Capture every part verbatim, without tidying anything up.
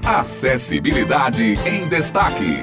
Acessibilidade em Destaque.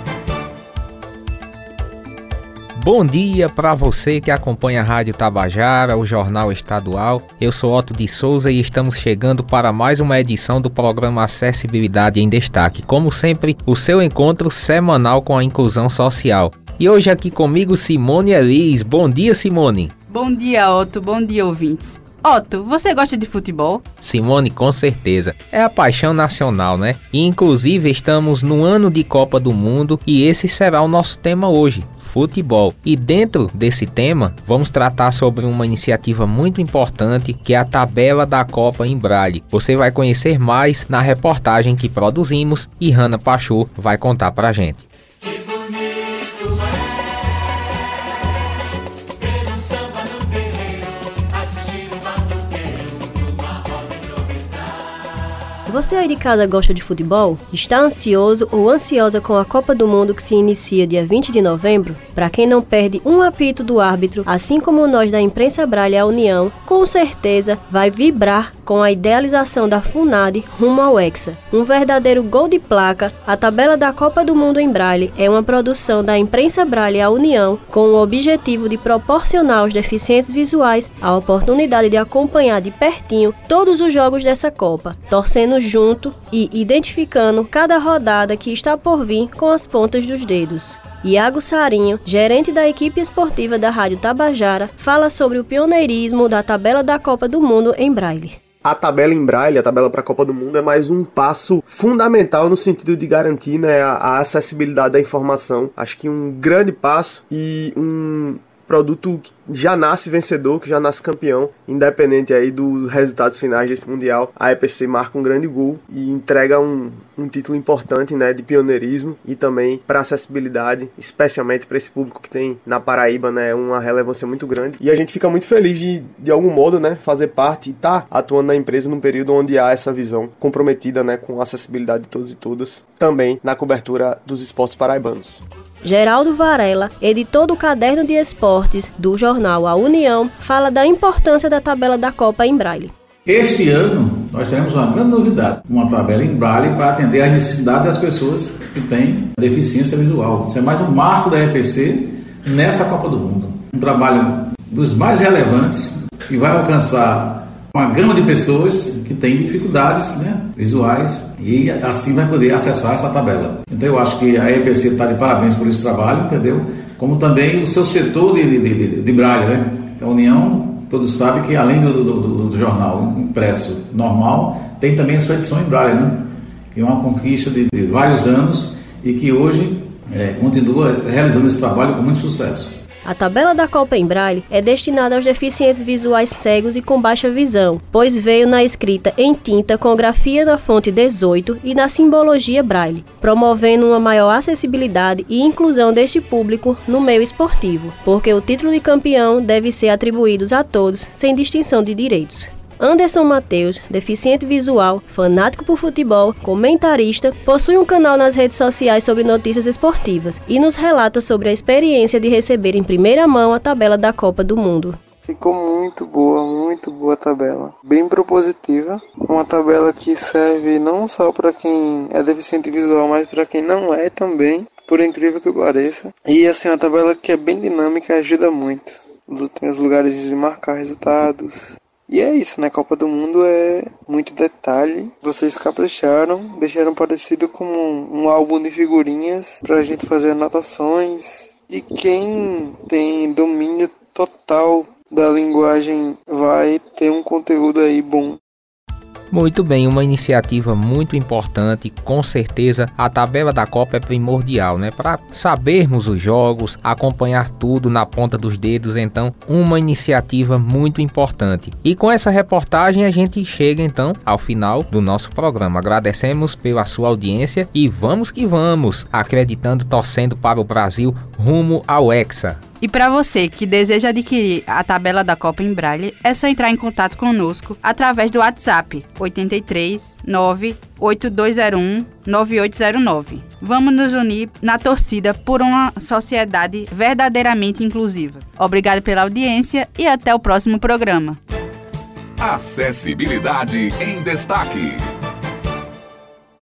Bom dia para você que acompanha a Rádio Tabajara, o Jornal Estadual. Eu sou Otto de Souza e estamos chegando para mais uma edição do programa Acessibilidade em Destaque. Como sempre, o seu encontro semanal com a inclusão social. E hoje aqui comigo Simone Elis. Bom dia, Simone. Bom dia, Otto. Bom dia, ouvintes. Otto, você gosta de futebol? Simone, com certeza. É a paixão nacional, né? E inclusive estamos no ano de Copa do Mundo e esse será o nosso tema hoje, futebol. E dentro desse tema, vamos tratar sobre uma iniciativa muito importante que é a tabela da Copa em Braille. Você vai conhecer mais na reportagem que produzimos e Hanna Pachu vai contar pra gente. Você aí de casa gosta de futebol? Está ansioso ou ansiosa com a Copa do Mundo que se inicia dia vinte de novembro? Para quem não perde um apito do árbitro, assim como nós da Imprensa Braille a União, com certeza vai vibrar com a idealização da FUNAD rumo ao Hexa. Um verdadeiro gol de placa, a tabela da Copa do Mundo em Braille é uma produção da Imprensa Braille a União com o objetivo de proporcionar aos deficientes visuais a oportunidade de acompanhar de pertinho todos os jogos dessa Copa, torcendo junto e identificando cada rodada que está por vir com as pontas dos dedos. Iago Sarinho, gerente da equipe esportiva da Rádio Tabajara, fala sobre o pioneirismo da tabela da Copa do Mundo em Braille. A tabela em Braille, a tabela para a Copa do Mundo, é mais um passo fundamental no sentido de garantir, né, a, a acessibilidade da informação. Acho que um grande passo e um produto que já nasce vencedor, que já nasce campeão, independente aí dos resultados finais desse Mundial. A E P C marca um grande gol e entrega um, um título importante, né, de pioneirismo e também para acessibilidade, especialmente para esse público que tem na Paraíba, né, uma relevância muito grande. E a gente fica muito feliz de, de algum modo, né, fazer parte e estar tá atuando na empresa num período onde há essa visão comprometida, né, com a acessibilidade de todos e todas, também na cobertura dos esportes paraibanos. Geraldo Varela, editor do Caderno de Esportes do jornal A União, fala da importância da tabela da Copa em Braille. Este ano nós teremos uma grande novidade, uma tabela em Braille para atender às necessidades das pessoas que têm deficiência visual. Isso é mais um marco da E P C nessa Copa do Mundo. Um trabalho dos mais relevantes que vai alcançar uma gama de pessoas que têm dificuldades, né, visuais e assim vai poder acessar essa tabela. Então eu acho que a E P C está de parabéns por esse trabalho, entendeu? Como também o seu setor de, de, de, de Braille, né? A União, todos sabem que além do, do, do, do jornal impresso normal, tem também a sua edição em Braille, né? Que é uma conquista de, de vários anos e que hoje é, continua realizando esse trabalho com muito sucesso. A tabela da Copa em Braille é destinada aos deficientes visuais cegos e com baixa visão, pois veio na escrita em tinta com grafia na fonte dezoito e na simbologia Braille, promovendo uma maior acessibilidade e inclusão deste público no meio esportivo, porque o título de campeão deve ser atribuído a todos, sem distinção de direitos. Anderson Mateus, deficiente visual, fanático por futebol, comentarista, possui um canal nas redes sociais sobre notícias esportivas e nos relata sobre a experiência de receber em primeira mão a tabela da Copa do Mundo. Ficou muito boa, muito boa a tabela. Bem propositiva. Uma tabela que serve não só para quem é deficiente visual, mas para quem não é também, por incrível que pareça. E assim, uma tabela que é bem dinâmica e ajuda muito. Tem os lugares de marcar resultados. E é isso, né? Copa do Mundo é muito detalhe. Vocês capricharam, deixaram parecido com um, um álbum de figurinhas pra gente fazer anotações. E quem tem domínio total da linguagem vai ter um conteúdo aí bom. Muito bem, uma iniciativa muito importante, com certeza a tabela da Copa é primordial, né? Para sabermos os jogos, acompanhar tudo na ponta dos dedos, então uma iniciativa muito importante. E com essa reportagem a gente chega então ao final do nosso programa. Agradecemos pela sua audiência e vamos que vamos, acreditando, torcendo para o Brasil rumo ao Hexa. E para você que deseja adquirir a tabela da Copa em Braille, é só entrar em contato conosco através do WhatsApp oito três nove oito dois zero um nove oito zero nove. Vamos nos unir na torcida por uma sociedade verdadeiramente inclusiva. Obrigado pela audiência e até o próximo programa. Acessibilidade em Destaque.